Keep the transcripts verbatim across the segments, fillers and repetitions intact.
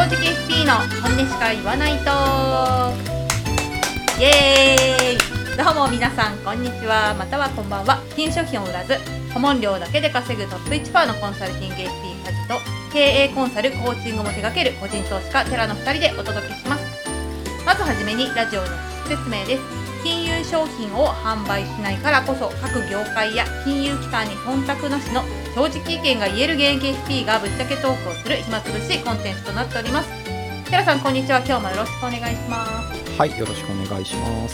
直 エフピー の本音しか言わないとイエーイ。どうも皆さんこんにちは、またはこんばんは。金商品を売らず顧問料だけで稼ぐトップ いちパーセント のコンサルティング エフピー 家事と経営コンサルコーチングも手掛ける個人投資家テラのふたりでお届けします。まずはじめにラジオの説明です。金融商品を販売しないからこそ各業界や金融機関に忖度なしの正直意見が言える現役 エフピー がぶっちゃけトークをする暇つぶしコンテンツとなっております。テラさんこんにちは、今日もよろしくお願いします。 はい、よろしくお願いします。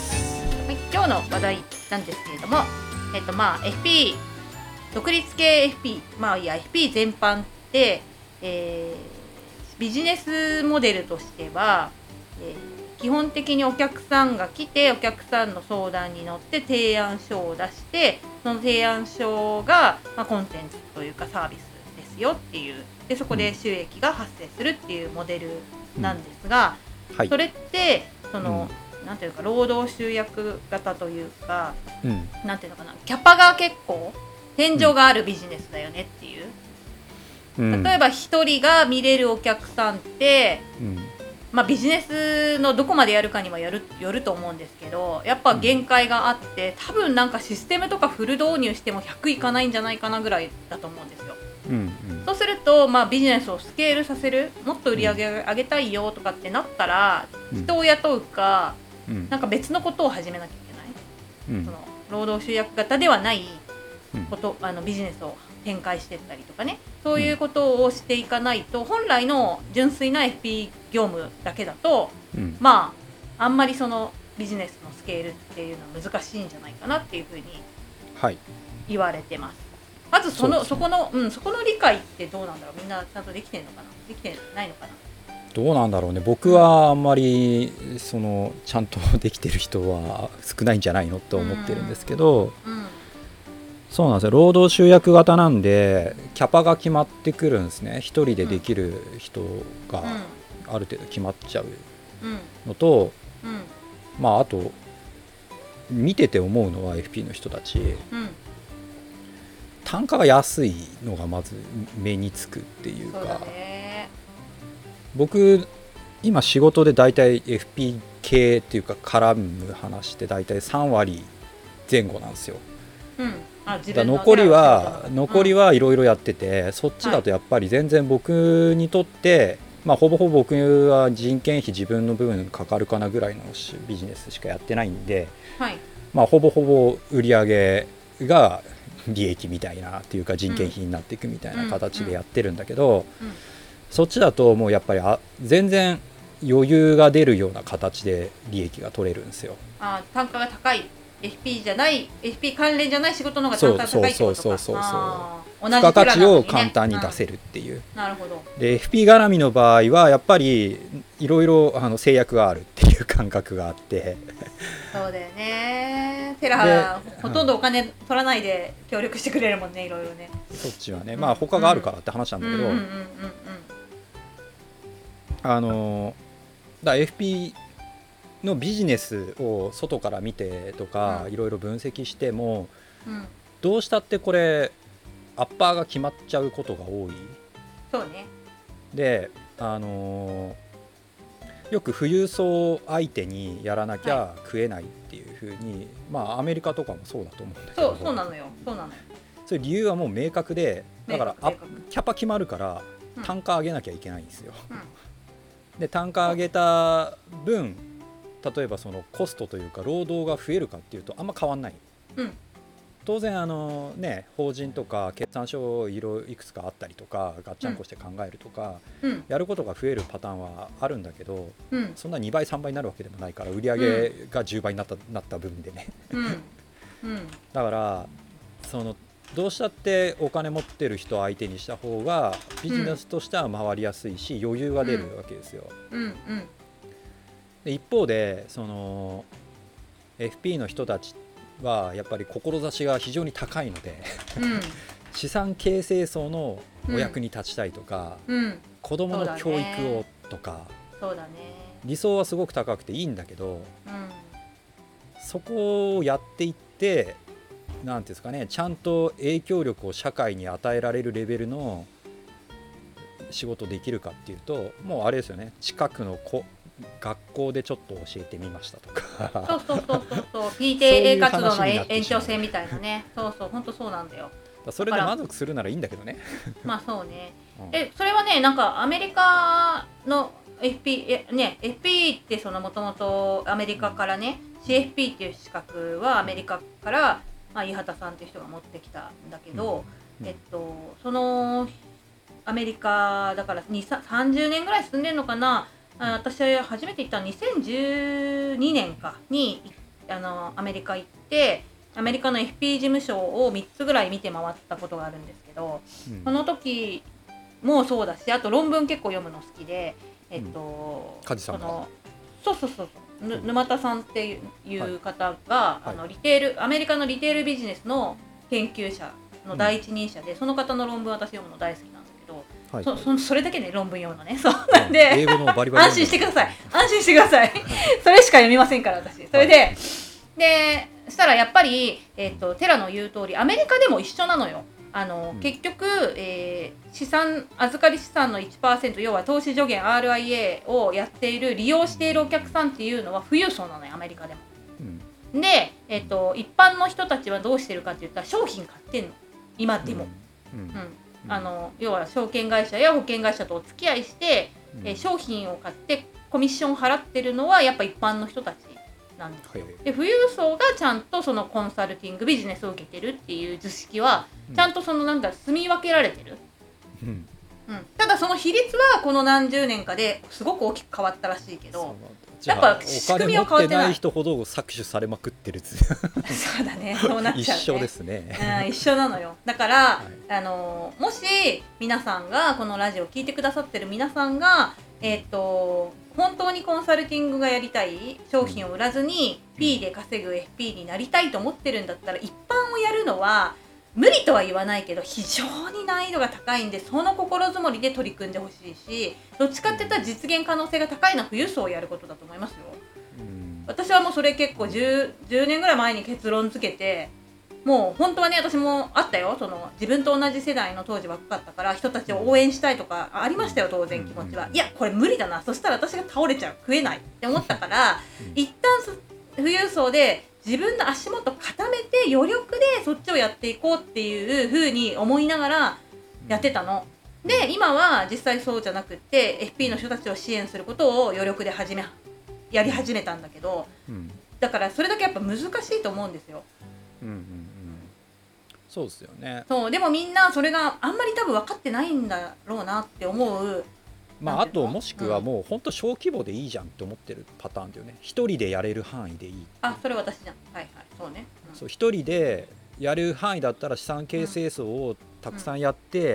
はい、今日の話題なんですけれども、えっとまあ エフピー 独立系 エフピー、まあいや エフピー 全般って、えー、ビジネスモデルとしては、えー基本的にお客さんが来てお客さんの相談に乗って提案書を出して、その提案書が、まあ、コンテンツというかサービスですよっていうで、そこで収益が発生するっていうモデルなんですが、 うんはい、 それってその、うん、なんていうか労働集約型というか、うん、なんていうのかな、キャパが結構天井があるビジネスだよねっていう、うん、例えば一人が見れるお客さんって、うんまあ、ビジネスのどこまでやるかにもよる、よると思うんですけど、やっぱ限界があって、多分なんかシステムとかフル導入してもひゃくいかないんじゃないかなぐらいだと思うんですよ、うんうん、そうすると、まあ、ビジネスをスケールさせる、もっと売り上げ上げたいよとかってなったら、うん、人を雇うか、うん、なんか別のことを始めなきゃいけない、うん、その労働集約型ではないこと、うん、あのビジネスを展開していったりとかね、そういうことをしていかないと、うん、本来の純粋な エフピー 業務だけだと、うん、まああんまりそのビジネスのスケールっていうのは難しいんじゃないかなっていうふうに言われてます、はい、まずその そ,、ね、そこの、うん、そこの理解ってどうなんだろう。みんなちゃんとできてるのかな、できてないのかな。 どうなんだろうね。僕はあんまりそのちゃんとできてる人は少ないんじゃないのと思ってるんですけど、うんうんそうなんですよ。労働集約型なんでキャパが決まってくるんですね。一人でできる人がある程度決まっちゃうのと、うんうん、まああと見てて思うのは エフピー の人たち、うん、単価が安いのがまず目につくっていうか、そうだね、僕今仕事でだいたい エフピー 系っていうか絡む話ってだいたいさんわりぜん後なんですよ、うんあだ残りは残りはいろいろやってて、うん、そっちだとやっぱり全然僕にとって、はいまあ、ほぼほぼ僕は人件費自分の部分かかるかなぐらいのビジネスしかやってないんで、はいまあ、ほぼほぼ売り上げが利益みたいなっていうか人件費になっていくみたいな形でやってるんだけど、うんうんうん、そっちだともうやっぱりあ全然余裕が出るような形で利益が取れるんですよ。 あ単価が高いエフピー じゃない エフピー 関連じゃない仕事の方が単価高いってことか。そうそうそうそうそう付加価値を簡単に出せるっていう、うん、なるほど。で エフピー 絡みの場合はやっぱりいろいろ制約があるっていう感覚があってそうだよね。テラほとんどお金取らないで協力してくれるもんね、いろいろね。 そっちはね、まあ他があるからって話なんだけど、あのだ エフピーのビジネスを外から見てとかいろいろ分析しても、うん、どうしたってこれアッパーが決まっちゃうことが多い。 そうね。で、 あのー、よく富裕層相手にやらなきゃ食えないっていう風に、はい、まあアメリカとかもそうだと思うんだけど、 そうそうなのよそうなのよ。 そういう理由はもう明確で、だからあキャパ決まるから単価上げなきゃいけないんですよ、うん、で単価上げた分例えばそのコストというか労働が増えるかっていうとあんま変わんない、うん、当然あのね法人とか決算書いろいくつかあったりとかガッチャンコして考えるとか、うん、やることが増えるパターンはあるんだけど、うん、そんなにばいさんばいになるわけでもないから売り上げがじゅうばいになった、なった分でね、うんうん、だからそのどうしたってお金持ってる人相手にした方がビジネスとしては回りやすいし余裕が出るわけですよ、うんうんで一方でその エフピー の人たちはやっぱり志が非常に高いので、うん、資産形成層のお役に立ちたいとか、うん、子どもの教育をとか、 そうだね、 理想はすごく高くていいんだけど、うん、そこをやっていってなんていうんですかね、ちゃんと影響力を社会に与えられるレベルの仕事できるかっていうと、もうあれですよね、近くの子学校でちょっと教えてみましたとかそうそうそうそうそう ピーティーエー 活動の延長線みたいなね。そうそう本当そうなんだよ。 それで満足するならいいんだけどねまあそうね、うん、えそれはねなんかアメリカの エフピー ね エフピー ってそのもともとアメリカからね、うん、シーエフピー っていう資格はアメリカから、まあ、伊畑さんっていう人が持ってきたんだけど、うんうん、えっとそのアメリカだからさんじゅうねんぐらい住んでるのかな。あ私は初めて行ったのにせんじゅうにねんかにあのアメリカ行ってアメリカの エフピー 事務所をみっつぐらい見て回ったことがあるんですけど、うん、その時もそうだし、あと論文結構読むの好きで、えっと、 うん、梶さんがそうそうそうそう、ぬ沼田さんっていう方が、はい、あのリテールアメリカのリテールビジネスの研究者の第一人者で、うん、その方の論文私読むの大好きなんだけど、はい、そ, そ, それだけで、ね、論文読むのね。そうなんで、英語のバリバリ安心してください安心してくださいそれしか読みませんから私。それで、はい、でしたらやっぱり、えーと、テラの言う通りアメリカでも一緒なのよ。あの、うん、結局、えー、資産預かり資産の いちパーセント 要は投資助言 アールアイエー をやっている利用しているお客さんっていうのは富裕層なのよアメリカでも、うん、で、えーと、一般の人たちはどうしてるかっていったら商品買ってんの今でも、うんうんうん、あの要は証券会社や保険会社とお付き合いして、うんえー、商品を買ってコミッション払ってるのはやっぱ一般の人たちなんですよ。で富裕層がちゃんとそのコンサルティングビジネスを受けてるっていう図式はちゃんとそのなんだ住み分けられてる、うんうん、ただその比率はこの何十年かですごく大きく変わったらしいけど、やっぱ仕組みは変わってない。お金持ってない人ほど搾取されまくってるそうだね、そうなっちゃうね。一緒ですね、うん、一緒なのよ。だから、はい、あのもし皆さんがこのラジオを聞いてくださってる皆さんがえー、と本当にコンサルティングがやりたい商品を売らずに P で稼ぐ エフピー になりたいと思ってるんだったら一般をやるのは無理とは言わないけど非常に難易度が高いんでその心づもりで取り組んでほしいし、どっちかっていったら実現可能性が高いのは富裕層をやることだと思いますよ。私はもうそれ結構 10, じゅうねんぐらい前に結論付けて、もう本当はね私もあったよ、その自分と同じ世代の当時若かったから人たちを応援したいとかありましたよ当然気持ちは。いやこれ無理だな、そしたら私が倒れちゃう食えないって思ったから一旦富裕層で自分の足元固めて余力でそっちをやっていこうっていう風に思いながらやってたので、今は実際そうじゃなくって エフピー の人たちを支援することを余力で始めやり始めたんだけど、だからそれだけやっぱ難しいと思うんですよ。うんうんうん、そうですよね。そうでもみんなそれがあんまり多分分かってないんだろうなって思う。まああともしくはもう本当小規模でいいじゃんって思ってるパターンだよね。一人でやれる範囲でいい。あ、それ私じゃん。はいはいそうね。うん、そう一人でやる範囲だったら資産形成層をたくさんやって、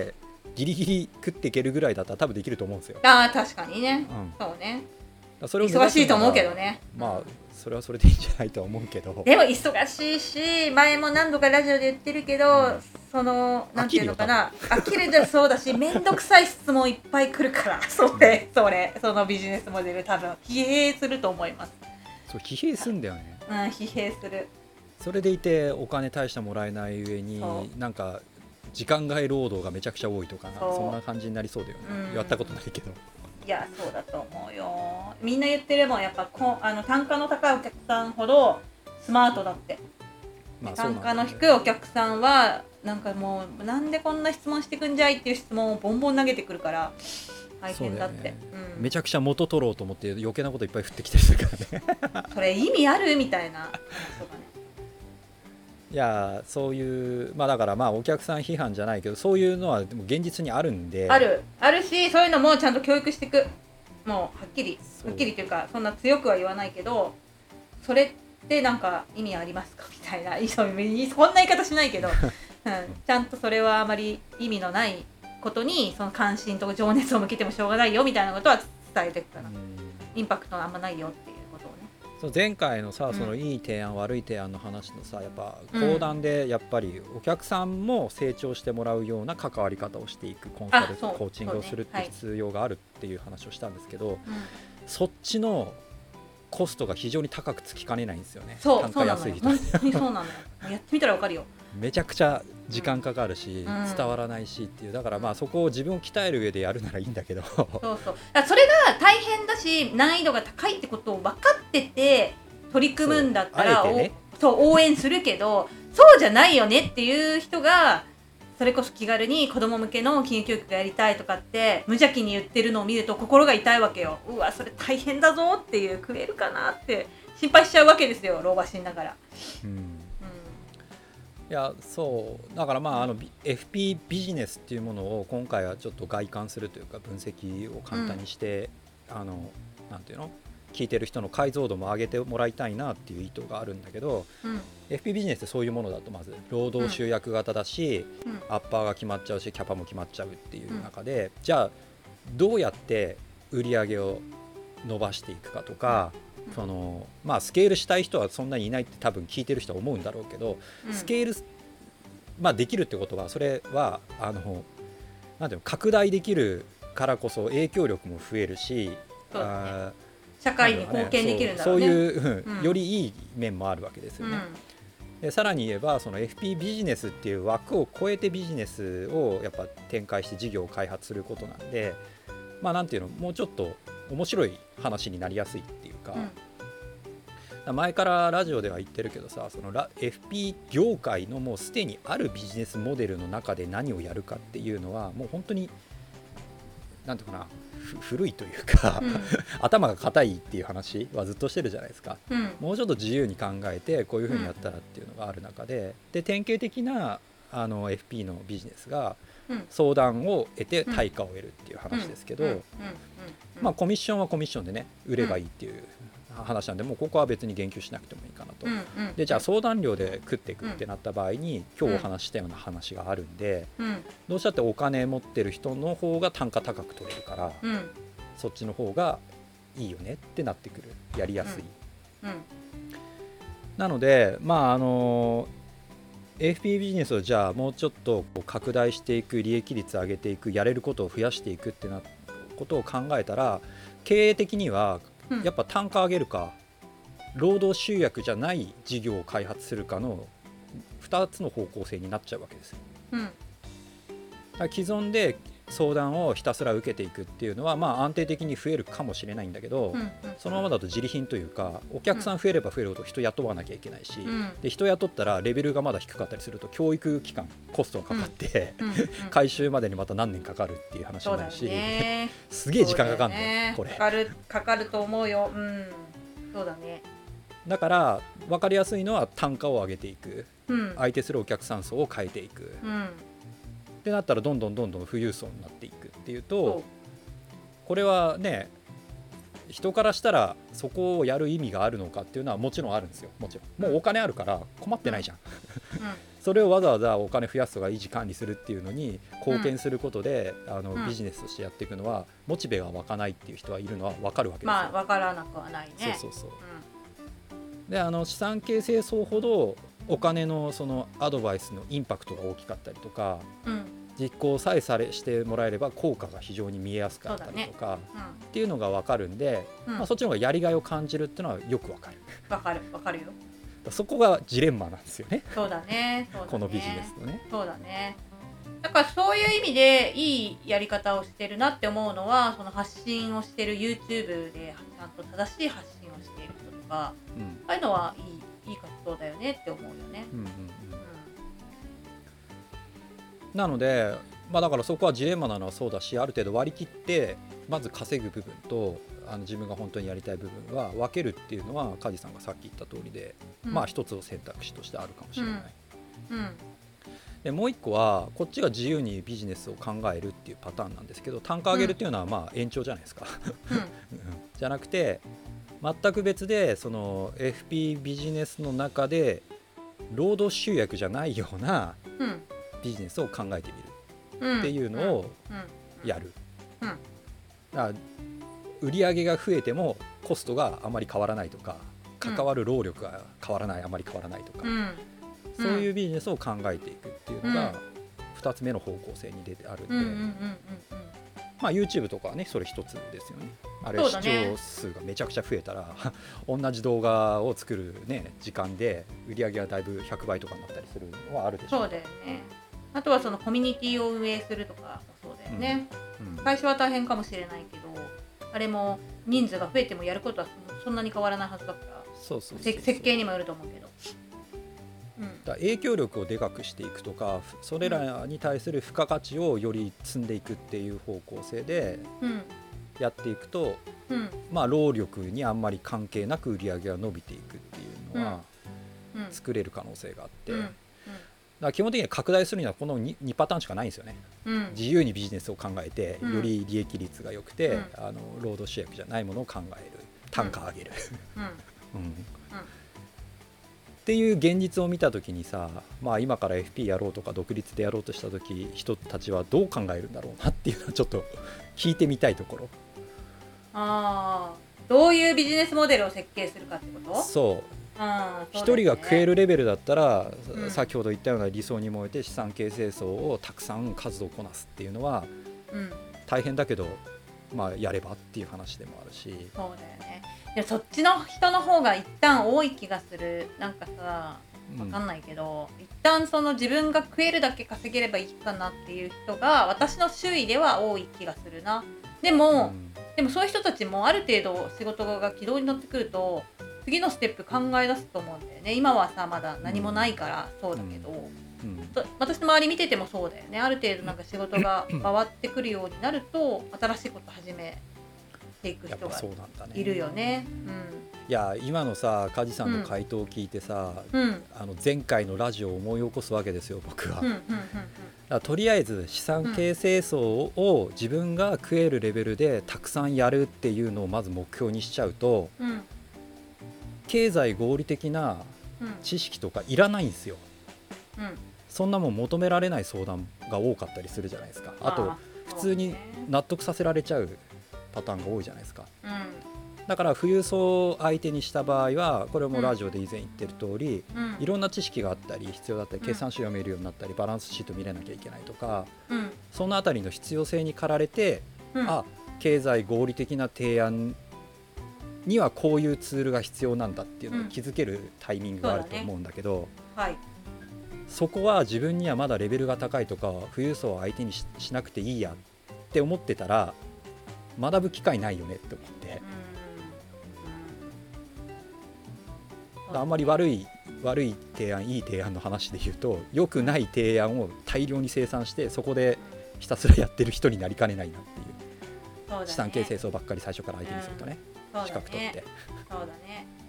うん、ギリギリ食っていけるぐらいだったら多分できると思うんですよ。ああ確かにね。うん、そうね。それを忙しいと思うけどね。まあそれはそれでいいんじゃないと思うけど。でも忙しいし前も何度かラジオで言ってるけど、うん、そのなんていうのかな飽きるでそうだし面倒くさい質問いっぱい来るからそれそれそのビジネスモデル多分疲弊すると思います。そう疲弊するんだよね。うん疲弊する。それでいてお金大してもらえない上になんか時間外労働がめちゃくちゃ多いとかな そ, そんな感じになりそうだよね、うん、やったことないけど。いやそうだと思うよ。みんな言ってるもんやっぱこあの単価の高いお客さんほどスマートだって、まあ、単価の低いお客さんはなんかもうなんでこんな質問してくんじゃいっていう質問をボンボン投げてくるから大変だって、ねうん、めちゃくちゃ元取ろうと思って余計なこといっぱい降ってきたりするからねそれ意味あるみたいなそうだね。いやそういうまあだからまあお客さん批判じゃないけどそういうのはでも現実にあるんであるあるしそういうのもちゃんと教育していく。もうはっきりはっきりというかそんな強くは言わないけどそれってなんか意味ありますかみたいなそんな言い方しないけど、うん、ちゃんとそれはあまり意味のないことにその関心と情熱を向けてもしょうがないよみたいなことは伝えていくかな。インパクトあんまないよっていうことをね。そう前回のさ、うん、そのいい提案悪い提案の話のさやっぱ講談でやっぱりお客さんも成長してもらうような関わり方をしていくコンサルコーチングをするって必要があるっていう話をしたんですけど、うん、そっちのコストが非常に高くつきかねないんですよね。そう単価安い人。そうなのよ。本当にそうなのよ。やってみたらわかるよ。 めちゃくちゃ時間かかるし、うん、伝わらないしっていうだからまあそこを自分を鍛える上でやるならいいんだけどそうそうそれが大変だし難易度が高いってことを分かってて取り組むんだったら、ね、そう応援するけどそうじゃないよねっていう人がそれこそ気軽に子供向けの金融教育がやりたいとかって無邪気に言ってるのを見ると心が痛いわけよ。うわそれ大変だぞっていう食えるかなって心配しちゃうわけですよ老婆しながら、うんうん、 いやそうだからまあ、 あの エフピー ビジネスっていうものを今回はちょっと外観するというか分析を簡単にして、うん、あのなんていうの聞いてる人の解像度も上げてもらいたいなっていう意図があるんだけど、うん、エフピー ビジネスってそういうものだとまず労働集約型だし、うん、アッパーが決まっちゃうしキャパも決まっちゃうっていう中で、うん、じゃあどうやって売り上げを伸ばしていくかとか、うん、そのまあ、スケールしたい人はそんなにいないって多分聞いてる人は思うんだろうけど、うん、スケール、まあ、できるってことはそれはあのなんていうの拡大できるからこそ影響力も増えるし、あ社会に貢献できるんだろうね。 そういう、うん、よりいい面もあるわけですよね、うん、でさらに言えばその エフピー ビジネスっていう枠を超えてビジネスをやっぱ展開して事業を開発することなんで、まあなんていうのもうちょっと面白い話になりやすいっていうか、うん、前からラジオでは言ってるけどさその エフピー 業界のもうすでにあるビジネスモデルの中で何をやるかっていうのはもう本当になんていうかな古いというか、うん、頭が硬いっていう話はずっとしてるじゃないですか、うん、もうちょっと自由に考えてこういう風にやったらっていうのがある中で、で典型的なあの エフピー のビジネスが相談を得て対価を得るっていう話ですけど、まあコミッションはコミッションでね売ればいいっていう話なんでもうここは別に言及しなくてもいいかなと、うんうん、でじゃあ相談料で食っていくってなった場合に、うん、今日お話したような話があるんで、うん、どうしたってお金持ってる人の方が単価高く取れるから、うん、そっちの方がいいよねってなってくるやりやすい、うんうん、なのでまああの エフピー ビジネスをじゃあもうちょっと拡大していく利益率上げていくやれることを増やしていくってなことを考えたら経営的にはやっぱ単価上げるか労働集約じゃない事業を開発するかのふたつの方向性になっちゃうわけですよ、うん、だから既存で相談をひたすら受けていくっていうのはまあ安定的に増えるかもしれないんだけど、うんうん、そのままだと自利品というかお客さん増えれば増えるほど人雇わなきゃいけないし、うん、で人雇ったらレベルがまだ低かったりすると教育期間コストがかかって、うんうんうん、回収までにまた何年かかるっていう話になるし、すげえ時間かかるんだよこれかかる、かかると思うよ、うん、そうだね。 だから分かりやすいのは単価を上げていく、うん、相手するお客さん層を変えていく、うんってなったらどんどんどんどん富裕層になっていくっていうとこれはね人からしたらそこをやる意味があるのかっていうのはもちろんあるんですよ。もちろんもうお金あるから困ってないじゃん、うん、それをわざわざお金増やすとか維持管理するっていうのに貢献することで、うん、あのビジネスとしてやっていくのはモチベが湧かないっていう人はいるのは分かるわけですよ。 まあ分からなくはないね。 そうそうそう、うん、であの資産形成層ほどお金のそのアドバイスのインパクトが大きかったりとか、うん、実行さえされしてもらえれば効果が非常に見えやすかったりとか、ねうん、っていうのが分かるんで、うんまあ、そっちの方がやりがいを感じるっていうのはよく分かる分かる分かるよ。 そこがジレンマなんですよね。 そうだね、そうだねこのビジネスのね。 そうだね。だからそういう意味でいいやり方をしてるなって思うのはその発信をしてる YouTube でちゃんと正しい発信をしている人とか、うん、ああいうのはいいいい活動だよねって思うよね、うんうんうんうん、 なので、まあ、だからそこはジレンマなのはそうだしある程度割り切ってまず稼ぐ部分とあの自分が本当にやりたい部分は分けるっていうのは梶さんがさっき言った通りで、うん、まあ一つの選択肢としてあるかもしれない、うんうん、でもう一個はこっちが自由にビジネスを考えるっていうパターンなんですけど単価上げるっていうのはまあ延長じゃないですか、うん、じゃなくて全く別でその エフピー ビジネスの中で労働集約じゃないようなビジネスを考えてみるっていうのをやる。だから売り上げが増えてもコストがあまり変わらないとか関わる労力が変わらないあまり変わらないとか、そういうビジネスを考えていくっていうのがふたつめの方向性に出てあるんで、まあ YouTube とかはねそれ一つですよね。 あれ視聴数がめちゃくちゃ増えたら同じ動画を作る、ね、時間で売り上げがだいぶひゃくばいとかになったりするのはあるでしょう。 そうだよね。あとはそのコミュニティを運営するとかもそうだよね、うんうん、最初は大変かもしれないけどあれも人数が増えてもやることはそんなに変わらないはずだから、 そうそうそうそう、 設計にもよると思うけど、 うん、だ影響力をでかくしていくとかそれらに対する付加価値をより積んでいくっていう方向性でやっていくと、うん、まあ労力にあんまり関係なく売り上げが伸びていくっていうのは作れる可能性があって、うんうん、だから基本的には拡大するにはこの 2, 2パターンしかないんですよね、うん、自由にビジネスを考えてより利益率が良くて、うん、あの労働集約じゃないものを考える、単価上げる、うんうんうん、っていう現実を見た時にさ、まあ、今から エフピー やろうとか独立でやろうとした時人たちはどう考えるんだろうなっていうのはちょっと聞いてみたいところ。 ああ、どういうビジネスモデルを設計するかってこと？ そう、一、うんね、人が食えるレベルだったら、うん、先ほど言ったような理想に燃えて資産形成層をたくさん数をこなすっていうのは、うん、大変だけど、まあ、やればっていう話でもあるし。 そうだよね。いやそっちの人の方が一旦多い気がする。なんかさ分かんないけど、うん、一旦その自分が食えるだけ稼げればいいかなっていう人が私の周囲では多い気がするな。でも、うん、でもそういう人たちもある程度仕事が軌道に乗ってくると次のステップ考え出すと思うんだよね。今はさまだ何もないからそうだけど、うんうん、私の周り見ててもそうだよね。ある程度なんか仕事が回ってくるようになると新しいこと始めていく人がいるよね。うん、 いや今のさ梶さんの回答を聞いてさ、うん、あの前回のラジオを思い起こすわけですよ僕は、うんうんうんうん、だからとりあえず資産形成層を自分が食えるレベルでたくさんやるっていうのをまず目標にしちゃうと、うん、経済合理的な知識とかいらないんですよ、うん、そんなもん求められない相談が多かったりするじゃないですか。あと普通に納得させられちゃうパターンが多いじゃないですか、うん、だから富裕層を相手にした場合はこれもラジオで以前言ってる通り、うん、いろんな知識があったり必要だったり決算書読めるようになったりバランスシート見れなきゃいけないとか、うん、そのあたりの必要性に駆られて、うん、あ経済合理的な提案にはこういうツールが必要なんだっていうのを気づけるタイミングがあると思うんだけど、うん そ, ねはい、そこは自分にはまだレベルが高いとか富裕層を相手に し, しなくていいやって思ってたら学ぶ機会ないよねって思って、うんうん、あんまり悪い悪い提案いい提案の話で言うと良くない提案を大量に生産してそこでひたすらやってる人になりかねないなっていう、そうだね、資産形成層ばっかり最初から相手にするとね、うん、資格取ってそうだね、うん、そうだ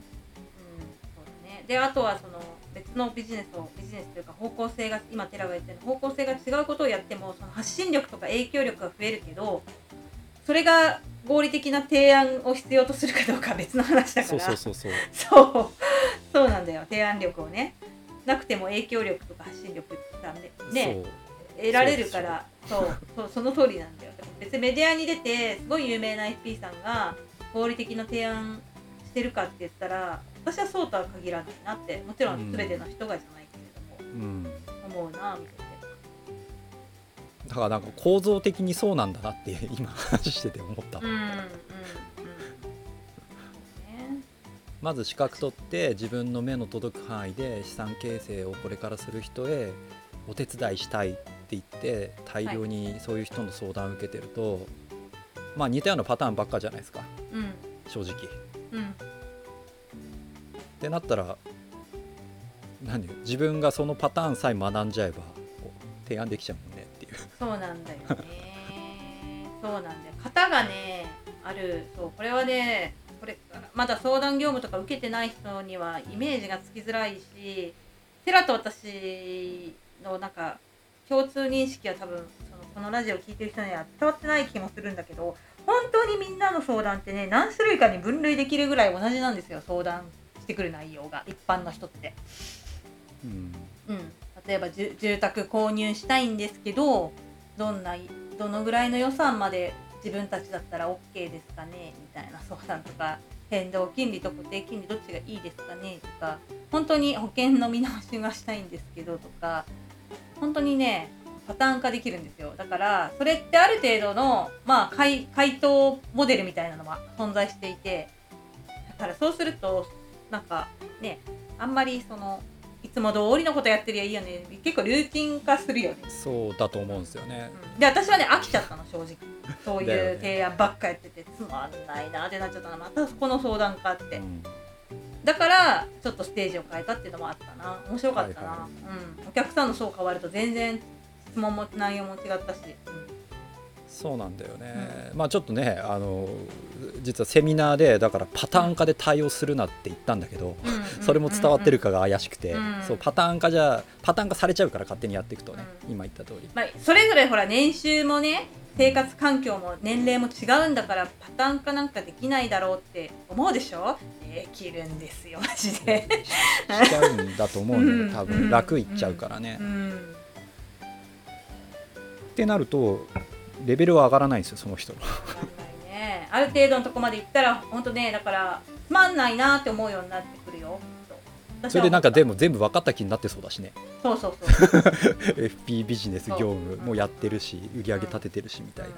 ね。であとはその別のビジネスをビジネスというか方向性が今テラが言ってる方向性が違うことをやってもその発信力とか影響力が増えるけどそれが合理的な提案を必要とするかどうかは別の話だからそうそうそうそうそうそうなんだよ。提案力をねなくても影響力とか発信力が ね, ね得られるからそうそう そ, その通りなんだよ。別にメディアに出てすごい有名な エフピー さんが合理的な提案してるかって言ったら私はそうとは限らないなってもちろん全ての人がじゃないけれども、うん、思うなみたいな。 だからなんか構造的にそうなんだなって今話してて思った、うんうんうん、まず資格取って自分の目の届く範囲で資産形成をこれからする人へお手伝いしたいって言って大量にそういう人の相談を受けてると、はい、まあ似たようなパターンばっかじゃないですか、うん、正直、うん、ってなったら何自分がそのパターンさえ学んじゃえば提案できちゃうもんねっていう。 そうなんだよねそうなんだよ。型がねある。そうこれはねこれまだ相談業務とか受けてない人にはイメージがつきづらいしテラと私のなんか共通認識は多分そのこのラジオを聞いてる人には伝わってない気もするんだけど本当にみんなの相談ってね何種類かに分類できるぐらい同じなんですよ。相談してくる内容が一般の人って、うんうん、例えば住宅購入したいんですけどどんなどのぐらいの予算まで自分たちだったら OK ですかねみたいな相談とか変動金利と固定金利どっちがいいですかねとか本当に保険の見直しがしたいんですけどとか本当にねパターン化できるんですよ。だからそれってある程度の、まあ、回, 回答モデルみたいなのは存在していて、だからそうするとなんかね、あんまりそのいつも通りのことやってりゃいいよね、結構ルーティン化するよね。 そうだと思うんですよね、 うん、で私はね飽きちゃったの正直そういう提案ばっかやっててつまんないなってなっちゃったの、またこの相談かって、うん、だからちょっとステージを変えたっていうのもあったな。面白かったな、はいはい、うん、お客さんの層変わると全然質問も内容も違ったし、うん、 そうなんだよね、うん、まあちょっとねあの実はセミナーでだからパターン化で対応するなって言ったんだけど、うん、それも伝わってるかが怪しくて、うん、そうパターン化じゃパターン化されちゃうから勝手にやっていくとね、うん、今言った通り、 まあ、それぞれほら年収もね生活環境も年齢も違うんだからパターン化なんかできないだろうって思うでしょ。できるんですよマジでしちゃうんだと思うんだよ多分、うん、楽いっちゃうからね、うんうん、ってなるとレベルは上がらないんですよその人のね、ある程度のとこまで行ったら本当ね、だからつまんないなって思うようになってくるよ。 それでなんかでも全部分かった気になってそうだしね。 そうそうそうエフピー ビジネス業務もやってるし、売り上げ立ててるしみたいな、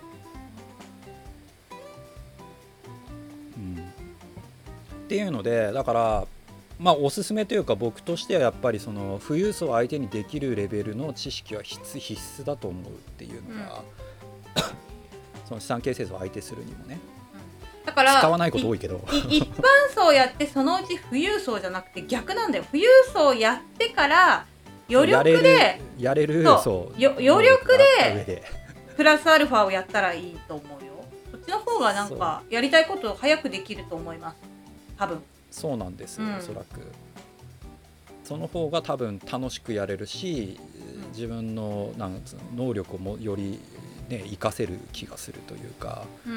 うんうん、っていうのでだからまあおすすめというか僕としてはやっぱりその富裕層を相手にできるレベルの知識は必必須だと思うっていうのが、うん、その資産形成層を相手するにもね、だから使わないこと多いけど一般層やってそのうち富裕層じゃなくて逆なんだよ。富裕層やってから余力でやれる、 そうよ余力でプラスアルファをやったらいいと思うよ。そっちの方がなんかやりたいことを早くできると思います多分。 そうなんですよ、うん、おそらくその方が多分楽しくやれるし、うん、自分のなんつうの能力をもよりね活かせる気がするというか、うん、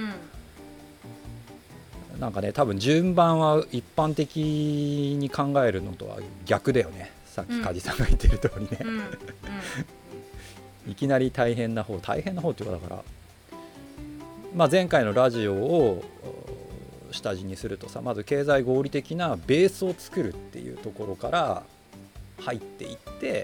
なんかね多分順番は一般的に考えるのとは逆だよね。さっき梶さんが言ってる通りね、うんうんうん、いきなり大変な方大変な方っていうかだから、まあ、前回のラジオを下地にするとさ、まず経済合理的なベースを作るっていうところから入っていって、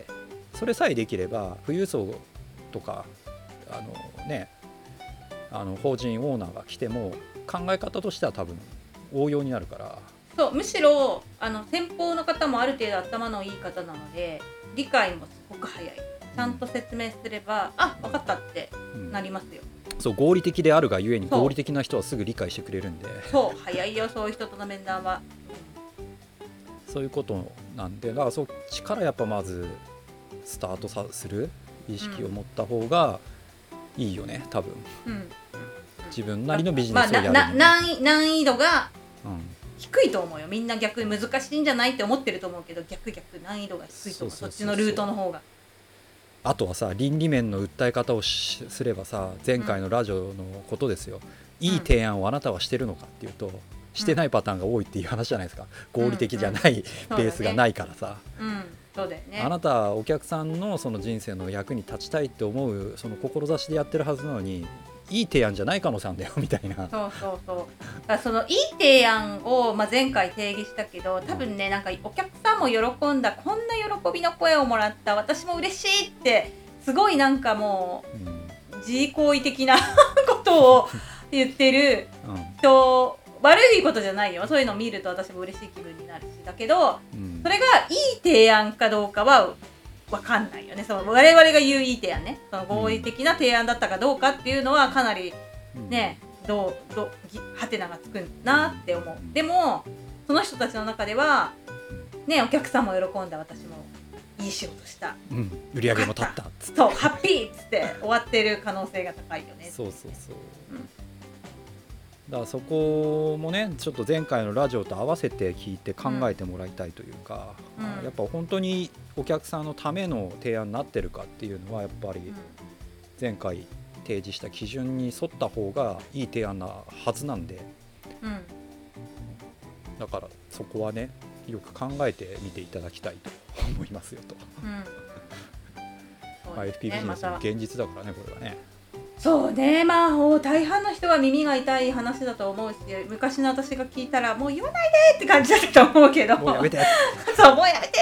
それさえできれば富裕層とかあのねあの法人オーナーが来ても考え方としては多分応用になるから。 そう、むしろあの先方の方もある程度頭のいい方なので理解もすごく早い。ちゃんと説明すれば、うん、あ、分かったってなりますよ、 うん、そう合理的であるがゆえに合理的な人はすぐ理解してくれるんで、 そう早いよそういう人との面談は、 うん、そういうことなんで、だからそっちからやっぱまずスタートさする意識を持った方がいいよね多分、うん、自分なりのビジネスをやるの、まあ、な難易、難易度が、うん低いと思うよ。みんな逆に難しいんじゃないって思ってると思うけど逆逆難易度が低いと思う。そっちのルートの方が。 あとはさ倫理面の訴え方をすればさ前回のラジオのことですよ、うん、いい提案をあなたはしてるのかっていうと、うん、してないパターンが多いっていう話じゃないですか。合理的じゃない、うんうん、ベースがないからさ、 うん、そうだよね。 あなたはお客さんのその人生の役に立ちたいって思うその志でやってるはずなのにいい提案じゃない可能性なんだよみたいな。 そうそうそう。だからそのいい提案を、まあ、前回定義したけど多分ねなんかお客さんも喜んだこんな喜びの声をもらった私も嬉しいってすごいなんかもう、うん、自慰行為的なことを言ってる人、うん、悪いことじゃないよ。そういうのを見ると私も嬉しい気分になるしだけど、うん、それがいい提案かどうかは分かんないよね。その我々が言ういい提案ね、その合理的な提案だったかどうかっていうのはかなりね、うん、どうどうハテナがつくなって思う。でもその人たちの中ではねお客さんも喜んだ私もいい仕事した、 うん、売り上げも立ったっつってそうハッピーっつって終わってる可能性が高いよね。 そうそうそう、うん、だからそこもねちょっと前回のラジオと合わせて聞いて考えてもらいたいというか、うん、やっぱ本当にお客さんのための提案になってるかっていうのはやっぱり前回提示した基準に沿った方がいい提案なはずなんで、うん、だからそこはねよく考えてみていただきたいと思いますよと、うん、まあ、エフピー ビジネスの現実だからねこれはね。 そうね、まあ大半の人は耳が痛い話だと思うし昔の私が聞いたらもう言わないでって感じだったと思うけどもうやめてそうもうやめて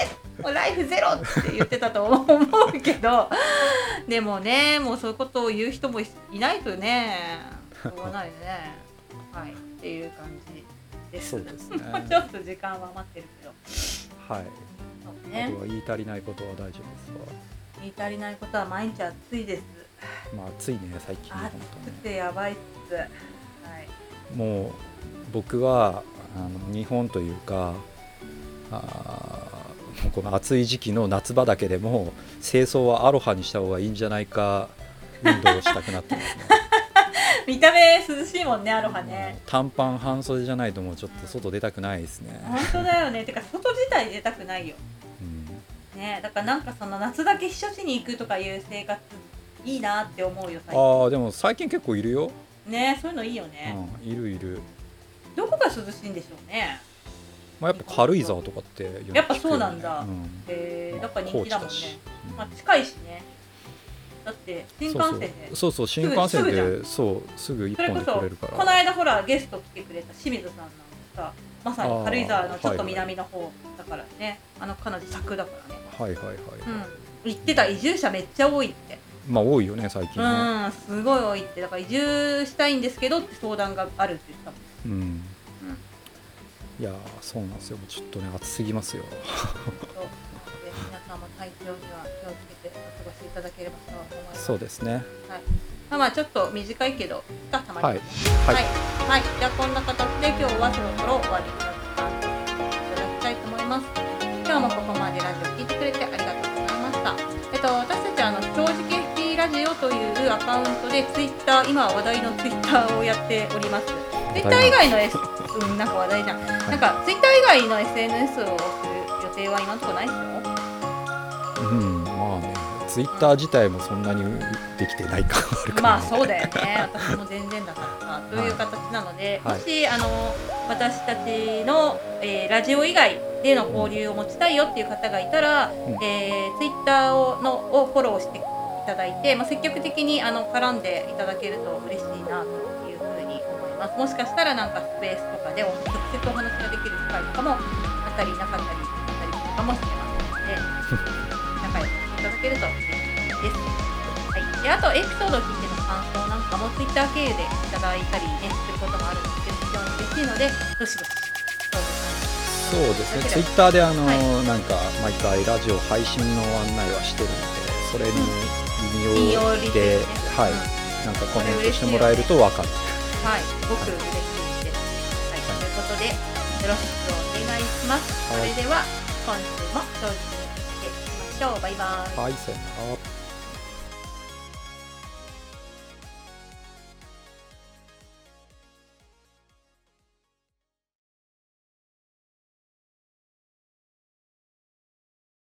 もうライフゼロって言ってたと思うけどでもねもうそういうことを言う人もいないとねしょうがないねはいっていう感じですそうですねもうちょっと時間は余ってるけどはい、 そうね、 あとは言い足りないことは大丈夫ですか？ 言い足りないことは毎日暑いです。 まあ暑いね最近本当暑くてやばいっす、はい、 もう僕はあの日本というかあもうこの暑い時期の夏場だけでも清掃はアロハにした方がいいんじゃないか運動をしたくなってますね見た目涼しいもんねアロハね。 短パン半袖じゃないともうちょっと外出たくないですね。 本当だよね。てか外自体出たくないよ、うん、ね。だからなんかその夏だけ避暑地に行くとかいう生活いいなって思うよ最近。 ああでも最近結構いるよね。そういうのいいよね、 うん、いるいる。 どこが涼しいんでしょうね。 まあ、やっぱ軽井沢とかってやっぱそうなんだ、 うん、 へえ、だから人気だもんね、 うん、 まあ、近いしね。だって新幹線でそうそう新幹線でそうすぐ一本で来れるから。 この間ほらゲスト来てくれた清水さんなんてさまさに軽井沢のちょっと南の方だからね、はいはい、あの彼女作だからね。 はいはいはい、うん、 言ってた移住者めっちゃ多いって。 まあ多いよね最近ね。 うんすごい多いって。だから移住したいんですけどって相談があるって言ってたもん。うん、うん、 いやそうなんですよ。ちょっとね暑すぎますよ皆さんも体調には気をつけてお過ごしいただければと思います。 そうですね、はい。 まあまあちょっと短いけどがたまります、 はい、 はいはい、じゃあこんな形で今日はそろそろ終わりになったいただきたいと思います。今日もここまでラジオ聞いてくれてありがとうございました。えっと私たちあの正直 エフピー ラジオというアカウントでツイッター今話題のツイッターをやっております。ツイッター以外の S うんなんか話題じゃん、はい、なんかツイッター以外の エスエヌエス をする予定は今のところないですよ。 うんまあねツイッター自体もそんなにできてない感があるから、ね、 まあそうだよね。私も全然だからさという形なので、はい、もしあの私たちの、えー、ラジオ以外での交流を持ちたいよっていう方がいたら、うんえー、ツイッターをのをフォローしていただいて、まあ、積極的にあの絡んでいただけると嬉しいなというふうに思います。もしかしたらなんかスペースとかで直接お話ができる機会とかもあったりなかったりあったりするかもしれませんので仲良くしていただけると嬉しいです。はい、であとエピソードを聞いての感想なんかもツイッター経由でいただいたり、ね、することもあるので非常に嬉しいのでどしどしそうですね、ツイッターであの、はい、なんか毎回ラジオ配信の案内はしてるのでそれに引用して、うん、はい、なんかコメントしてもらえると分かる。 はい、すごく嬉しいです。はい、ということでよろしくお願いします。はい、それでは今週も正直に生きていきましょう。バイバイ。 はい、さよなら。